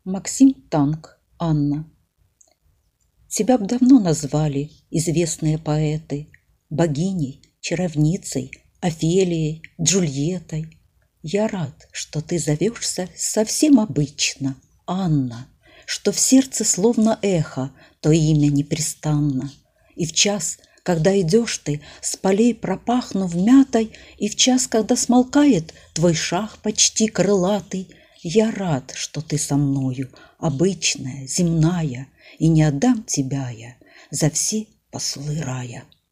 Максим Танк, Анна. Тебя б давно назвали известные поэты богиней, чаровницей, Офелией, Джульеттой. Я рад, что ты зовешься совсем обычно, Анна, что в сердце словно эхо то имя непрестанно. И в час, когда идешь ты, с полей пропахнув мятой, и в час, когда смолкает твой шаг почти крылатый, я рад, что ты со мною, обычная, земная, и не отдам тебя я за все посулы рая.